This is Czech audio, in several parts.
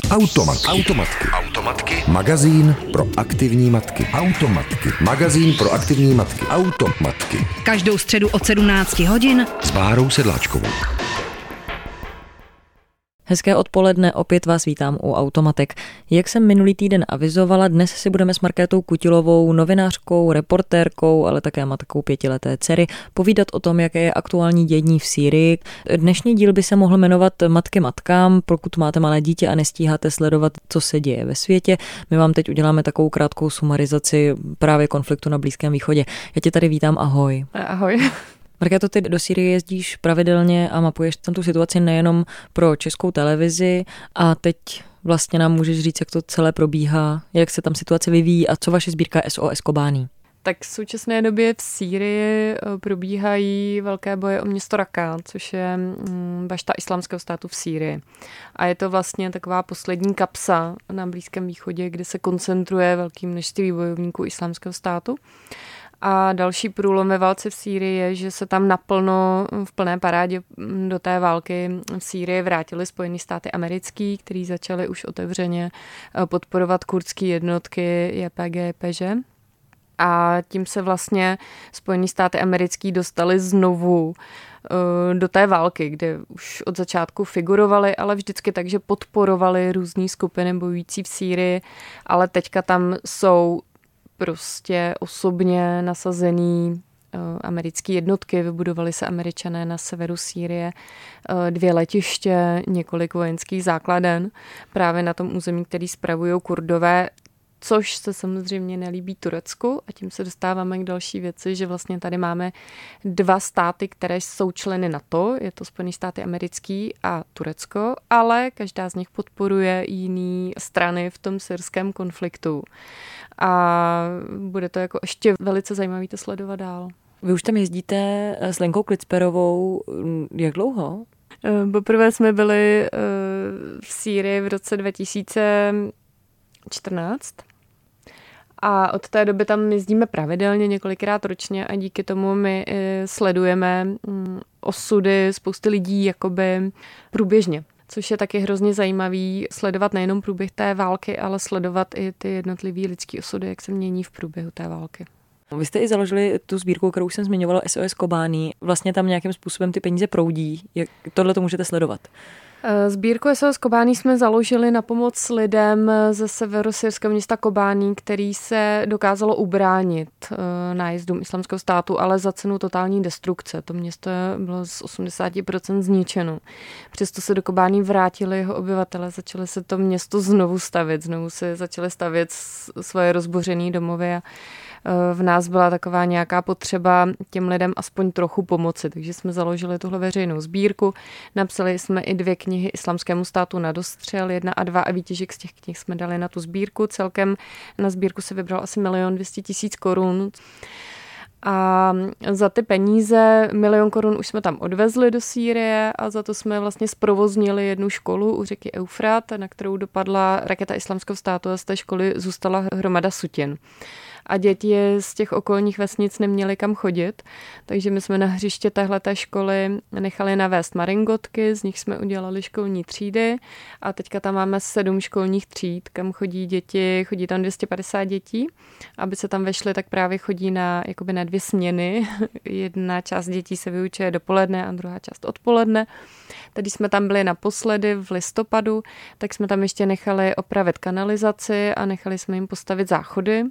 Automatky. Magazín pro aktivní matky. Automatky. Každou středu od 17 hodin S Bárou Sedláčkovou. Hezké odpoledne, opět vás vítám u Automatek. Jak jsem minulý týden avizovala, dnes si budeme s Markétou Kutilovou, novinářkou, reportérkou, ale také matkou 5leté dcery, povídat o tom, jaké je aktuální dění v Sýrii. Dnešní díl by se mohl jmenovat Matky matkám, pokud máte malé dítě a nestíháte sledovat, co se děje ve světě. My vám teď uděláme takovou krátkou sumarizaci právě konfliktu na Blízkém východě. Já tě tady vítám, ahoj. Ahoj. Markéto, ty do Sýrie jezdíš pravidelně a mapuješ tam tu situaci nejenom pro českou televizi a teď vlastně nám můžeš říct, jak to celé probíhá, jak se tam situace vyvíjí a co vaše sbírka SOS Kobání. Tak v současné době v Sýrii probíhají velké boje o město Raqqa, což je bašta Islámského státu v Sýrii. A je to vlastně taková poslední kapsa na Blízkém východě, kde se koncentruje velké množství bojovníků Islámského státu. A další průlom ve válce v Sýrii je, že se tam naplno v plné parádě do té války v Sýrii vrátily Spojené státy americké, který začaly už otevřeně podporovat kurdské jednotky JPG, JPŽ. A tím se vlastně Spojené státy americké dostaly znovu do té války, kde už od začátku figurovaly, ale vždycky tak, že podporovaly různé skupiny bojující v Sýrii, ale teďka tam jsou prostě osobně nasazený americké jednotky, vybudovaly se Američané na severu Sýrie, 2 letiště, několik vojenských základen právě na tom území, který spravují Kurdové, což se samozřejmě nelíbí Turecku a tím se dostáváme k další věci, že vlastně tady máme 2 státy, které jsou členy NATO, je to Spojené státy americký a Turecko, ale každá z nich podporuje jiný strany v tom syrském konfliktu. A bude to jako ještě velice zajímavé to sledovat dál. Vy už tam jezdíte s Lenkou Klicperovou jak dlouho? Poprvé jsme byli v Sýrii v roce 2014 a od té doby tam jezdíme pravidelně několikrát ročně a díky tomu my sledujeme osudy spousty lidí jakoby průběžně. Což je taky hrozně zajímavý sledovat nejenom průběh té války, ale sledovat i ty jednotlivý lidský osudy, jak se mění v průběhu té války. Vy jste i založili tu sbírku, kterou jsem zmiňovala, SOS Kobání. Vlastně tam nějakým způsobem ty peníze proudí. Jak tohle to můžete sledovat? Sbírku SOS Kobání jsme založili na pomoc lidem ze severosyrského města Kobání, který se dokázalo ubránit nájezdům Islámského státu, ale za cenu totální destrukce. To město bylo z 80% zničeno. Přesto se do Kobání vrátili jeho obyvatele, začali se to město znovu stavět, znovu se začaly stavět svoje rozbořené domovy a v nás byla taková nějaká potřeba těm lidem aspoň trochu pomoci, takže jsme založili tuhle veřejnou sbírku. Napsali jsme i 2 knihy Islámskému státu na dostřel, 1 a 2 a výtěžek z těch knih jsme dali na tu sbírku. Celkem na sbírku se vybral asi 1 200 000 korun. A za ty peníze 1 000 000 korun už jsme tam odvezli do Sýrie a za to jsme vlastně zprovoznili jednu školu u řeky Eufrat, na kterou dopadla raketa Islámského státu a z té školy zůstala hromada sutin. A děti z těch okolních vesnic neměly kam chodit, takže my jsme na hřiště téhleté školy nechali navést maringotky, z nich jsme udělali školní třídy a teďka tam máme 7 školních tříd, kam chodí děti, chodí tam 250 dětí. Aby se tam vešly, tak právě chodí na 2 směny. Jedna část dětí se vyučuje dopoledne a druhá část odpoledne. Tady jsme tam byli naposledy v listopadu, tak jsme tam ještě nechali opravit kanalizaci a nechali jsme jim postavit záchody.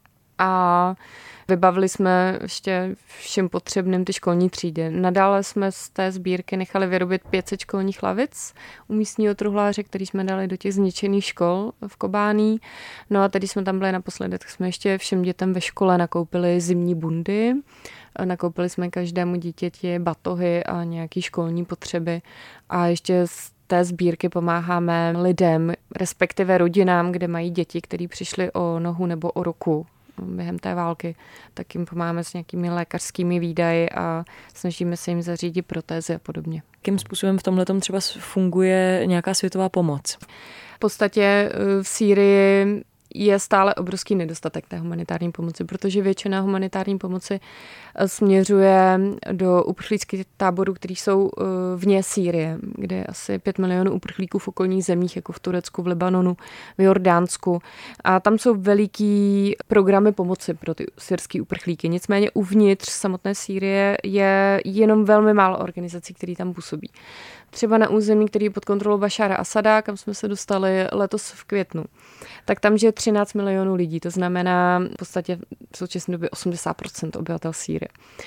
A vybavili jsme ještě všem potřebným ty školní třídy. Nadále jsme z té sbírky nechali vyrobit 500 školních lavic u místního truhláře, který jsme dali do těch zničených škol v Kobání. No a tady jsme tam byli naposledy, tak jsme ještě všem dětem ve škole nakoupili zimní bundy. Nakoupili jsme každému dítěti batohy a nějaké školní potřeby. A ještě z té sbírky pomáháme lidem, respektive rodinám, kde mají děti, které přišly o nohu nebo o ruku během té války, tak jim pomáháme s nějakými lékařskými výdaji a snažíme se jim zařídit protézy a podobně. Jakým způsobem v tomhletom třeba funguje nějaká světová pomoc? V podstatě v Sýrii je stále obrovský nedostatek té humanitární pomoci, protože většina humanitární pomoci směřuje do uprchlických táborů, které jsou vně Sýrie, kde je asi 5 milionů uprchlíků v okolních zemích, jako v Turecku, v Libanonu, v Jordánsku. A tam jsou veliký programy pomoci pro ty syrský uprchlíky. Nicméně uvnitř samotné Sýrie je jenom velmi málo organizací, které tam působí. Třeba na území, který je pod kontrolou Bašára Asada, kam jsme se dostali letos v květnu, tak tam žije 13 milionů lidí, to znamená v podstatě v současné době 80% obyvatel Sýrie.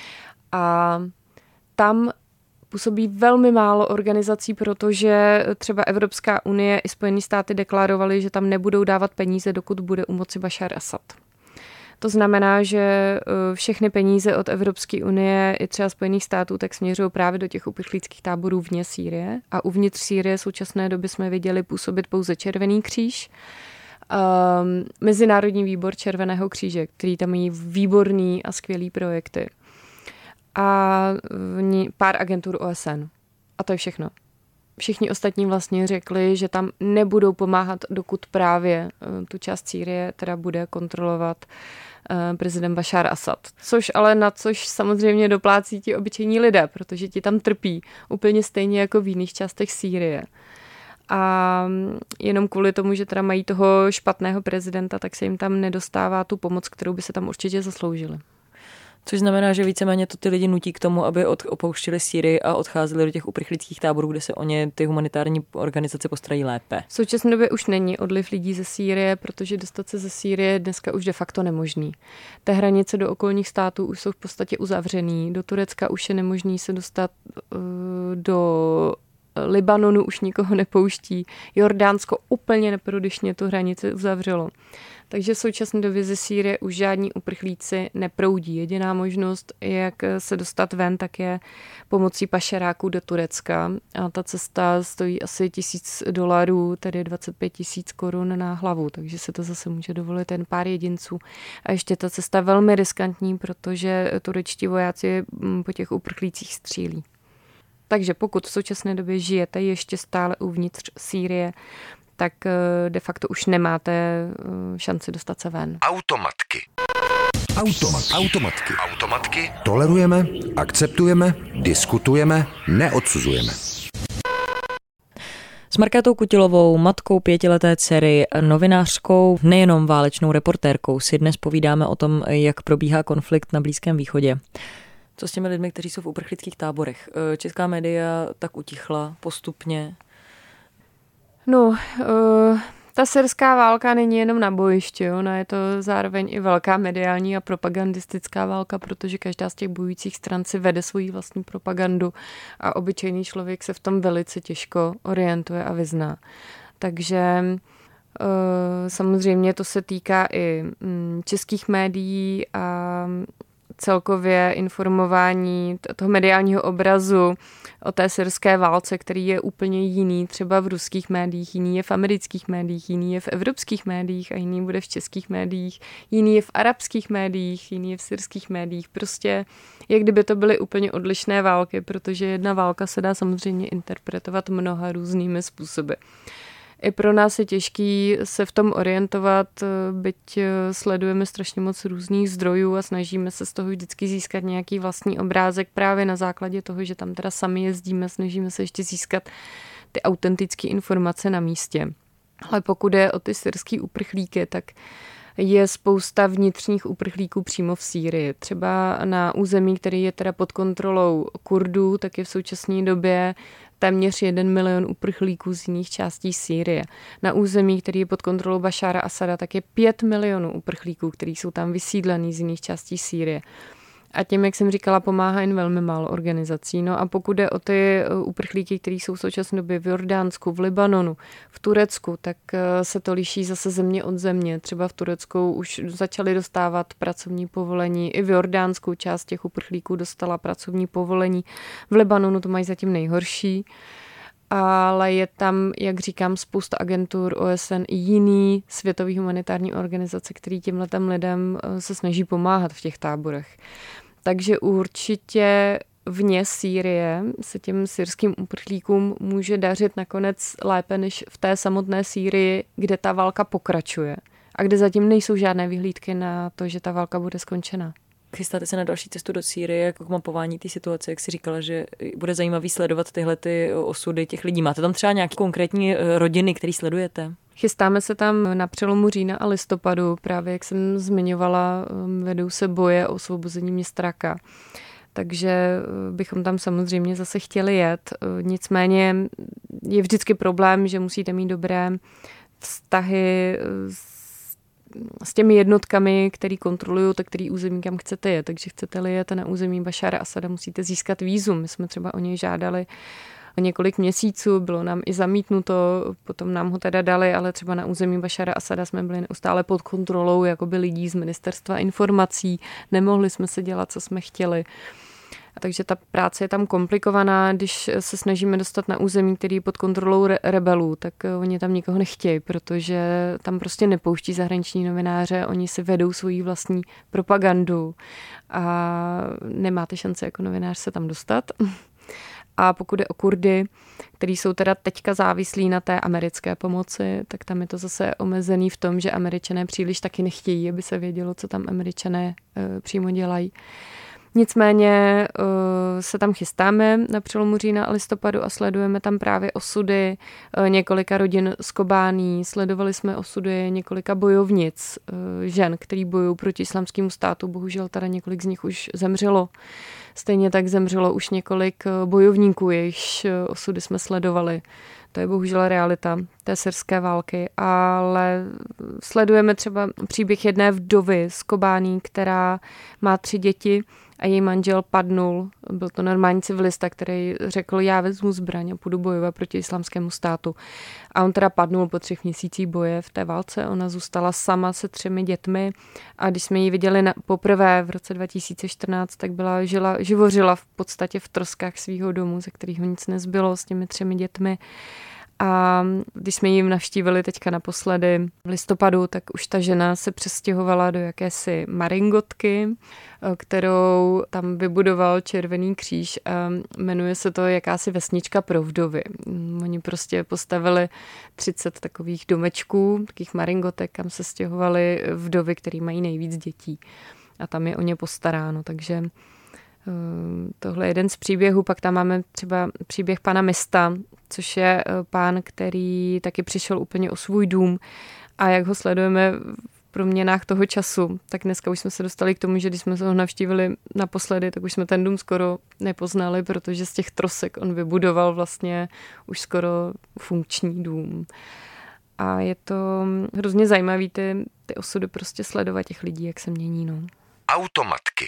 A tam působí velmi málo organizací, protože třeba Evropská unie i Spojené státy deklarovaly, že tam nebudou dávat peníze, dokud bude u moci Bašár Asad. To znamená, že všechny peníze od Evropské unie i třeba Spojených států tak směřují právě do těch uprchlických táborů vně Sýrie. A uvnitř Sýrie v současné době jsme viděli působit pouze Červený kříž, Mezinárodní výbor Červeného kříže, který tam mají výborný a skvělý projekty. A pár agentur OSN. A to je všechno. Všichni ostatní vlastně řekli, že tam nebudou pomáhat, dokud právě tu část Sýrie teda bude kontrolovat prezident Bašár Asad. Na což samozřejmě doplácí ti obyčejní lidé, protože ti tam trpí úplně stejně jako v jiných částech Sýrie. A jenom kvůli tomu, že teda mají toho špatného prezidenta, tak se jim tam nedostává tu pomoc, kterou by se tam určitě zasloužili. Což znamená, že víceméně to ty lidi nutí k tomu, aby opouštěli Sýrii a odcházeli do těch uprchlických táborů, kde se o ně ty humanitární organizace postarají lépe. V současné době už není odliv lidí ze Sýrie, protože dostat se ze Sýrie je dneska už de facto nemožný. Té hranice do okolních států už jsou v podstatě uzavřený. Do Turecka už je nemožný se dostat, do Libanonu už nikoho nepouští. Jordánsko úplně neprodyšně tu hranici uzavřelo. Takže v současné době ze Sýrie už žádní uprchlíci neproudí. Jediná možnost, jak se dostat ven, tak je pomocí pašeráků do Turecka. A ta cesta stojí asi $1,000, tedy 25 000 korun na hlavu, takže se to zase může dovolit jen pár jedinců. A ještě ta cesta je velmi riskantní, protože turečtí vojáci po těch uprchlících střílí. Takže pokud v současné době žijete ještě stále uvnitř Sýrie, tak de facto už nemáte šanci dostat se ven. Automatky. Tolerujeme, akceptujeme, diskutujeme, neodsuzujeme. S Markétou Kutilovou, matkou 5leté dcery, novinářkou, nejenom válečnou reportérkou, si dnes povídáme o tom, jak probíhá konflikt na Blízkém východě. Co s těmi lidmi, kteří jsou v uprchlických táborech? Česká média tak utichla postupně. No, ta syrská válka není jenom na bojišti, ona je to zároveň i velká mediální a propagandistická válka, protože každá z těch bojujících stran si vede svoji vlastní propagandu a obyčejný člověk se v tom velice těžko orientuje a vyzná. Takže samozřejmě to se týká i českých médií a celkově informování toho mediálního obrazu o té syrské válce, který je úplně jiný třeba v ruských médiích, jiný je v amerických médiích, jiný je v evropských médiích a jiný bude v českých médiích, jiný je v arabských médiích, jiný je v syrských médiích. Prostě jak kdyby to byly úplně odlišné války, protože jedna válka se dá samozřejmě interpretovat mnoha různými způsoby. I pro nás je těžký se v tom orientovat, byť sledujeme strašně moc různých zdrojů a snažíme se z toho vždycky získat nějaký vlastní obrázek právě na základě toho, že tam teda sami jezdíme, snažíme se ještě získat ty autentické informace na místě. Ale pokud je o ty syrský uprchlíky, tak je spousta vnitřních uprchlíků přímo v Sýrii. Třeba na území, který je teda pod kontrolou Kurdů, tak je v současné době téměř 1 milion uprchlíků z jiných částí Sýrie. Na území, který je pod kontrolou Bašára Asada, tak je 5 milionů uprchlíků, kteří jsou tam vysídlení z jiných částí Sýrie. A tím, jak jsem říkala, pomáhá jen velmi málo organizací. No a pokud jde o ty uprchlíky, kteří jsou v současné době v Jordánsku, v Libanonu, v Turecku, tak se to liší zase země od země. Třeba v Turecku už začali dostávat pracovní povolení, i v Jordánsku část těch uprchlíků dostala pracovní povolení. V Libanonu to mají zatím nejhorší. Ale je tam, jak říkám, spousta agentur OSN i jiný světový humanitární organizace, který těmhletem lidem se snaží pomáhat v těch táborech. Takže určitě vně Sýrie se těm syrským uprchlíkům může dařit nakonec lépe než v té samotné Sýrii, kde ta válka pokračuje. a kde zatím nejsou žádné vyhlídky na to, že ta válka bude skončena. Chystáte se na další cestu do Sýrie, jako k mapování té situace, jak jsi říkala, že bude zajímavý sledovat tyhle ty osudy těch lidí. Máte tam třeba nějaké konkrétní rodiny, které sledujete? Chystáme se tam na přelomu října a listopadu, právě jak jsem zmiňovala, vedou se boje o osvobození města Raka. Takže bychom tam samozřejmě zase chtěli jet. Nicméně je vždycky problém, že musíte mít dobré vztahy s těmi jednotkami, který kontrolují, tak který území, kam chcete jet. Takže chcete-li jet na území Bašára Asada, musíte získat vízum. My jsme třeba o něj žádali několik měsíců, bylo nám i zamítnuto, potom nám ho teda dali, ale třeba na území Bašára Asada jsme byli neustále pod kontrolou jakoby lidí z ministerstva informací, nemohli jsme se dělat, co jsme chtěli. Takže ta práce je tam komplikovaná, když se snažíme dostat na území, který je pod kontrolou rebelů, tak oni tam nikoho nechtějí, protože tam prostě nepouští zahraniční novináře, oni si vedou svoji vlastní propagandu a nemáte šanci jako novinář se tam dostat. A pokud je o Kurdy, kteří jsou teda teďka závislí na té americké pomoci, tak tam je to zase omezený v tom, že Američané příliš taky nechtějí, aby se vědělo, co tam Američané přímo dělají. Nicméně se tam chystáme na přelomu října a listopadu a sledujeme tam právě osudy několika rodin z Kobání. Sledovali jsme osudy několika bojovnic, žen, který bojují proti Islámskému státu. Bohužel teda několik z nich už zemřelo. Stejně tak zemřelo už několik bojovníků, jejichž osudy jsme sledovali. To je bohužel realita té syrské války, ale sledujeme třeba příběh jedné vdovy z Kobání, která má 3 děti a její manžel padnul. Byl to normální civilista, který řekl, já vezmu zbraň a půjdu bojovat proti Islámskému státu. A on teda padnul po 3 měsících boje v té válce. Ona zůstala sama se 3 dětmi a když jsme ji viděli poprvé v roce 2014, tak živořila v podstatě v troskách svého domu, ze kterého nic nezbylo s těmi 3 dětmi. A když jsme ji navštívili teďka naposledy v listopadu, tak už ta žena se přestěhovala do jakési maringotky, kterou tam vybudoval Červený kříž a jmenuje se to jakási vesnička pro vdovy. Oni prostě postavili 30 takových domečků, takových maringotek, kam se stěhovaly vdovy, které mají nejvíc dětí. A tam je o ně postaráno, takže tohle je jeden z příběhů. Pak tam máme třeba příběh pana Mista, což je pán, který taky přišel úplně o svůj dům a jak ho sledujeme v proměnách toho času, tak dneska už jsme se dostali k tomu, že když jsme se ho navštívili naposledy, tak už jsme ten dům skoro nepoznali, protože z těch trosek on vybudoval vlastně už skoro funkční dům. A je to hrozně zajímavý ty osudy prostě sledovat těch lidí, jak se mění. No. Automatky.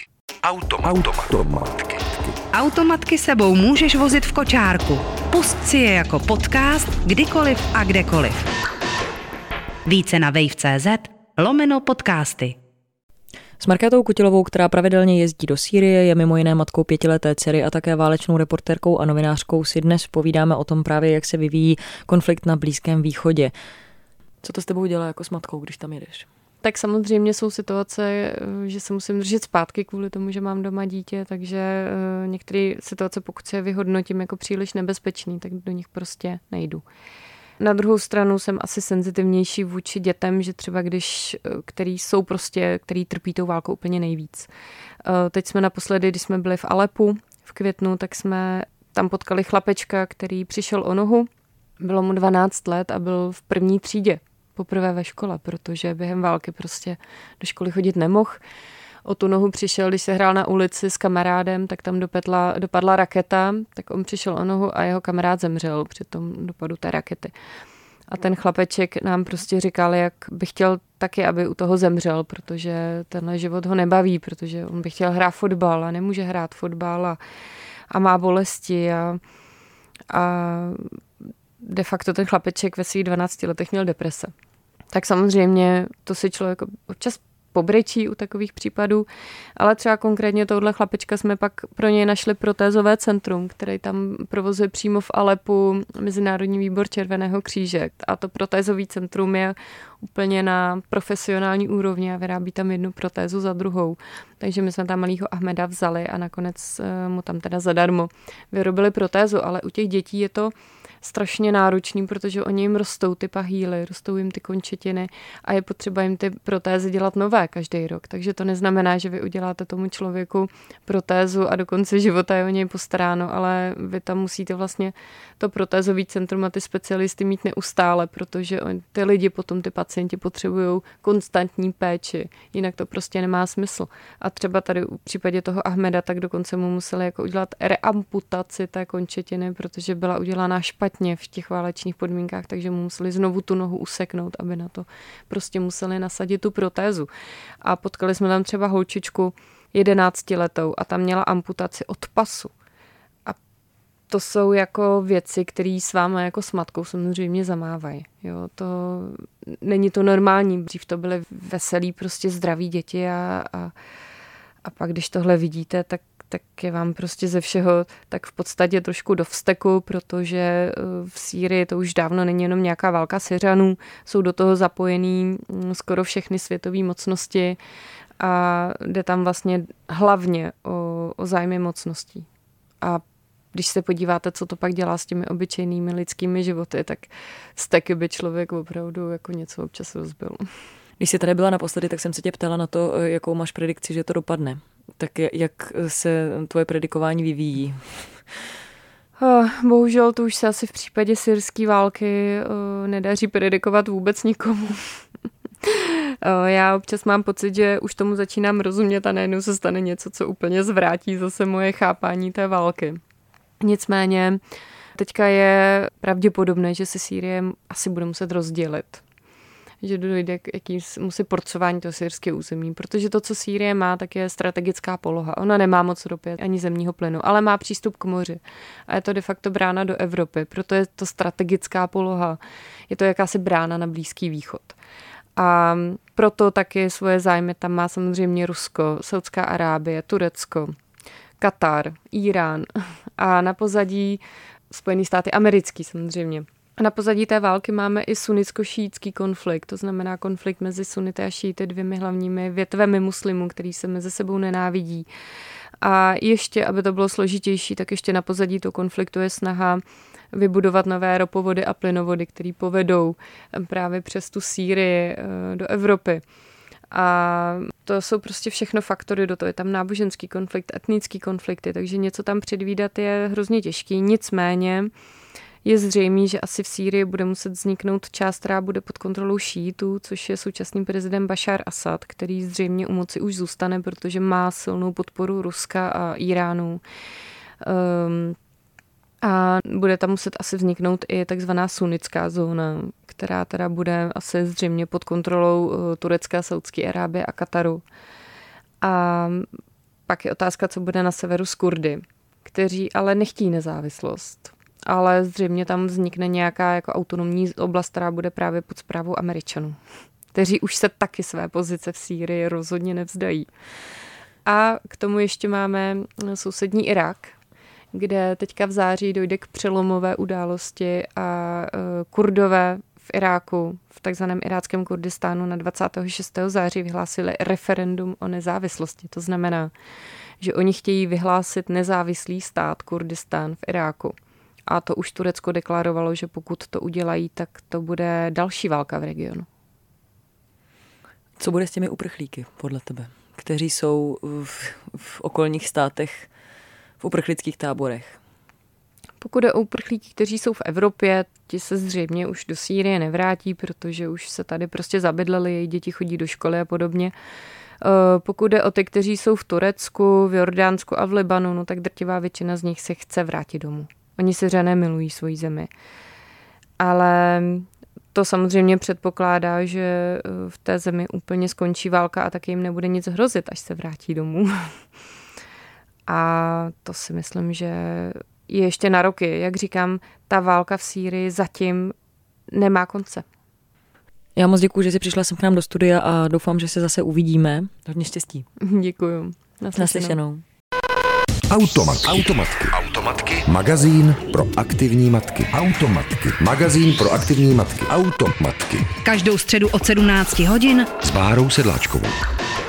Automatky sebou můžeš vozit v kočárku. Pust si je jako podcast kdykoliv a kdekoliv. Více na wave.cz/podcasty. S Markétou Kutilovou, která pravidelně jezdí do Sýrie, je mimo jiné matkou 5leté dcery a také válečnou reportérkou a novinářkou, si dnes povídáme o tom právě, jak se vyvíjí konflikt na Blízkém východě. Co to s tebou dělá jako s matkou, když tam jedeš? Tak samozřejmě jsou situace, že se musím držet zpátky kvůli tomu, že mám doma dítě, takže některé situace, pokud se je vyhodnotím jako příliš nebezpečný, tak do nich prostě nejdu. Na druhou stranu jsem asi senzitivnější vůči dětem, že třeba který trpí tou válkou úplně nejvíc. Teď jsme naposledy, když jsme byli v Alepu v květnu, tak jsme tam potkali chlapečka, který přišel o nohu. Bylo mu 12 let a byl v 1. třídě. Poprvé ve škole, protože během války prostě do školy chodit nemohl. O tu nohu přišel, když se hrál na ulici s kamarádem, tak tam dopadla raketa, tak on přišel o nohu a jeho kamarád zemřel při tom dopadu té rakety. A ten chlapeček nám prostě říkal, jak by chtěl taky, aby u toho zemřel, protože tenhle život ho nebaví, protože on by chtěl hrát fotbal a nemůže hrát fotbal a má bolesti a de facto ten chlapeček ve svých 12 letech měl deprese. Tak samozřejmě to si člověk občas pobrečí u takových případů, ale třeba konkrétně tohle chlapečka jsme pak pro něj našli protézové centrum, který tam provozuje přímo v Alepu Mezinárodní výbor Červeného kříže. A to protézové centrum je úplně na profesionální úrovni a vyrábí tam jednu protézu za druhou. Takže my jsme tam malýho Ahmeda vzali a nakonec mu tam teda zadarmo vyrobili protézu, ale u těch dětí je to strašně náročný, protože oni jim rostou ty pahýly, rostou jim ty končetiny a je potřeba jim ty protézy dělat nové každý rok. Takže to neznamená, že vy uděláte tomu člověku protézu a do konce života je o něj postaráno, ale vy tam musíte vlastně to protézový centrum a ty specialisty mít neustále, protože ty lidi potom, ty pacienti potřebují konstantní péči, jinak to prostě nemá smysl. A třeba tady v případě toho Ahmeda, tak dokonce mu museli jako udělat reamputaci té končetiny, protože byla udělána špatně v těch válečných podmínkách, takže mu museli znovu tu nohu useknout, aby na to prostě museli nasadit tu protézu. A potkali jsme tam třeba holčičku 11letou a tam měla amputaci od pasu. A to jsou jako věci, které s váma jako s matkou samozřejmě zamávají. Jo, to není to normální. Dřív to byly veselí, prostě zdraví děti a pak, když tohle vidíte, tak je vám prostě ze všeho tak v podstatě trošku do vzteku, protože v Sýrii to už dávno není jenom nějaká válka Syřanů, jsou do toho zapojený skoro všechny světové mocnosti a jde tam vlastně hlavně o zájmy mocností. A když se podíváte, co to pak dělá s těmi obyčejnými lidskými životy, tak vzteky by člověk opravdu jako něco občas rozbil. Když jsi tady byla naposledy, tak jsem se tě ptala na to, jakou máš predikci, že to dopadne. Tak jak se tvoje predikování vyvíjí? Bohužel to už se asi v případě syrské války nedaří predikovat vůbec nikomu. Já občas mám pocit, že už tomu začínám rozumět a najednou se stane něco, co úplně zvrátí zase moje chápání té války. Nicméně teďka je pravděpodobné, že se Sýrie asi bude muset rozdělit. Že dojde k jakýmusi porcování toho syrského území, protože to, co Sýrie má, tak je strategická poloha. Ona nemá moc ropy ani zemního plynu, ale má přístup k moři. A je to de facto brána do Evropy, proto je to strategická poloha. Je to jakási brána na Blízký východ. A proto taky svoje zájmy tam má samozřejmě Rusko, Saudská Arábie, Turecko, Katar, Irán a na pozadí Spojené státy americký samozřejmě. A na pozadí té války máme i sunnicko-šíitský konflikt, to znamená konflikt mezi sunity a šíity, dvěmi hlavními větvemi muslimů, který se mezi sebou nenávidí. A ještě, aby to bylo složitější, tak ještě na pozadí toho konfliktu je snaha vybudovat nové ropovody a plynovody, které povedou právě přes tu Sýrii do Evropy. A to jsou prostě všechno faktory do toho. Je tam náboženský konflikt, etnický konflikty, takže něco tam předvídat je hrozně těžký. Nicméně je zřejmé, že asi v Sýrii bude muset vzniknout část, která bude pod kontrolou šíitů, což je současný prezident Bašár Asad, který zřejmě u moci už zůstane, protože má silnou podporu Ruska a Iránu. A bude tam muset asi vzniknout i takzvaná sunnická zóna, která teda bude asi zřejmě pod kontrolou Turecka, Saudské Arábie a Kataru. A pak je otázka, co bude na severu s Kurdy, kteří ale nechtějí nezávislost. Ale zřejmě tam vznikne nějaká jako autonomní oblast, která bude právě pod správou Američanů, kteří už se taky své pozice v Sýrii rozhodně nevzdají. A k tomu ještě máme sousední Irák, kde teďka v září dojde k přelomové události a Kurdové v Iráku, v takzvaném iráckém Kurdistánu na 26. září vyhlásili referendum o nezávislosti. To znamená, že oni chtějí vyhlásit nezávislý stát Kurdistán v Iráku. A to už Turecko deklarovalo, že pokud to udělají, tak to bude další válka v regionu. Co bude s těmi uprchlíky, podle tebe, kteří jsou v okolních státech, v uprchlických táborech? Pokud je o uprchlíky, kteří jsou v Evropě, ti se zřejmě už do Sýrie nevrátí, protože už se tady prostě zabydleli, jejich děti chodí do školy a podobně. Pokud je o ty, kteří jsou v Turecku, v Jordánsku a v Libanonu, tak drtivá většina z nich se chce vrátit domů. Oni Syřané milují svoji zemi. Ale to samozřejmě předpokládá, že v té zemi úplně skončí válka a taky jim nebude nic hrozit, až se vrátí domů. A to si myslím, že je ještě na roky. Jak říkám, ta válka v Sýrii zatím nemá konce. Já moc děkuju, že jsi přišla sem k nám do studia a doufám, že se zase uvidíme. Hodně štěstí. Děkuju. Naslyšenou. Automatky. Automatky. Magazín pro aktivní matky. Automatky. Magazín pro aktivní matky. Automatky. Každou středu od 17 hodin S Bárou Sedláčkovou.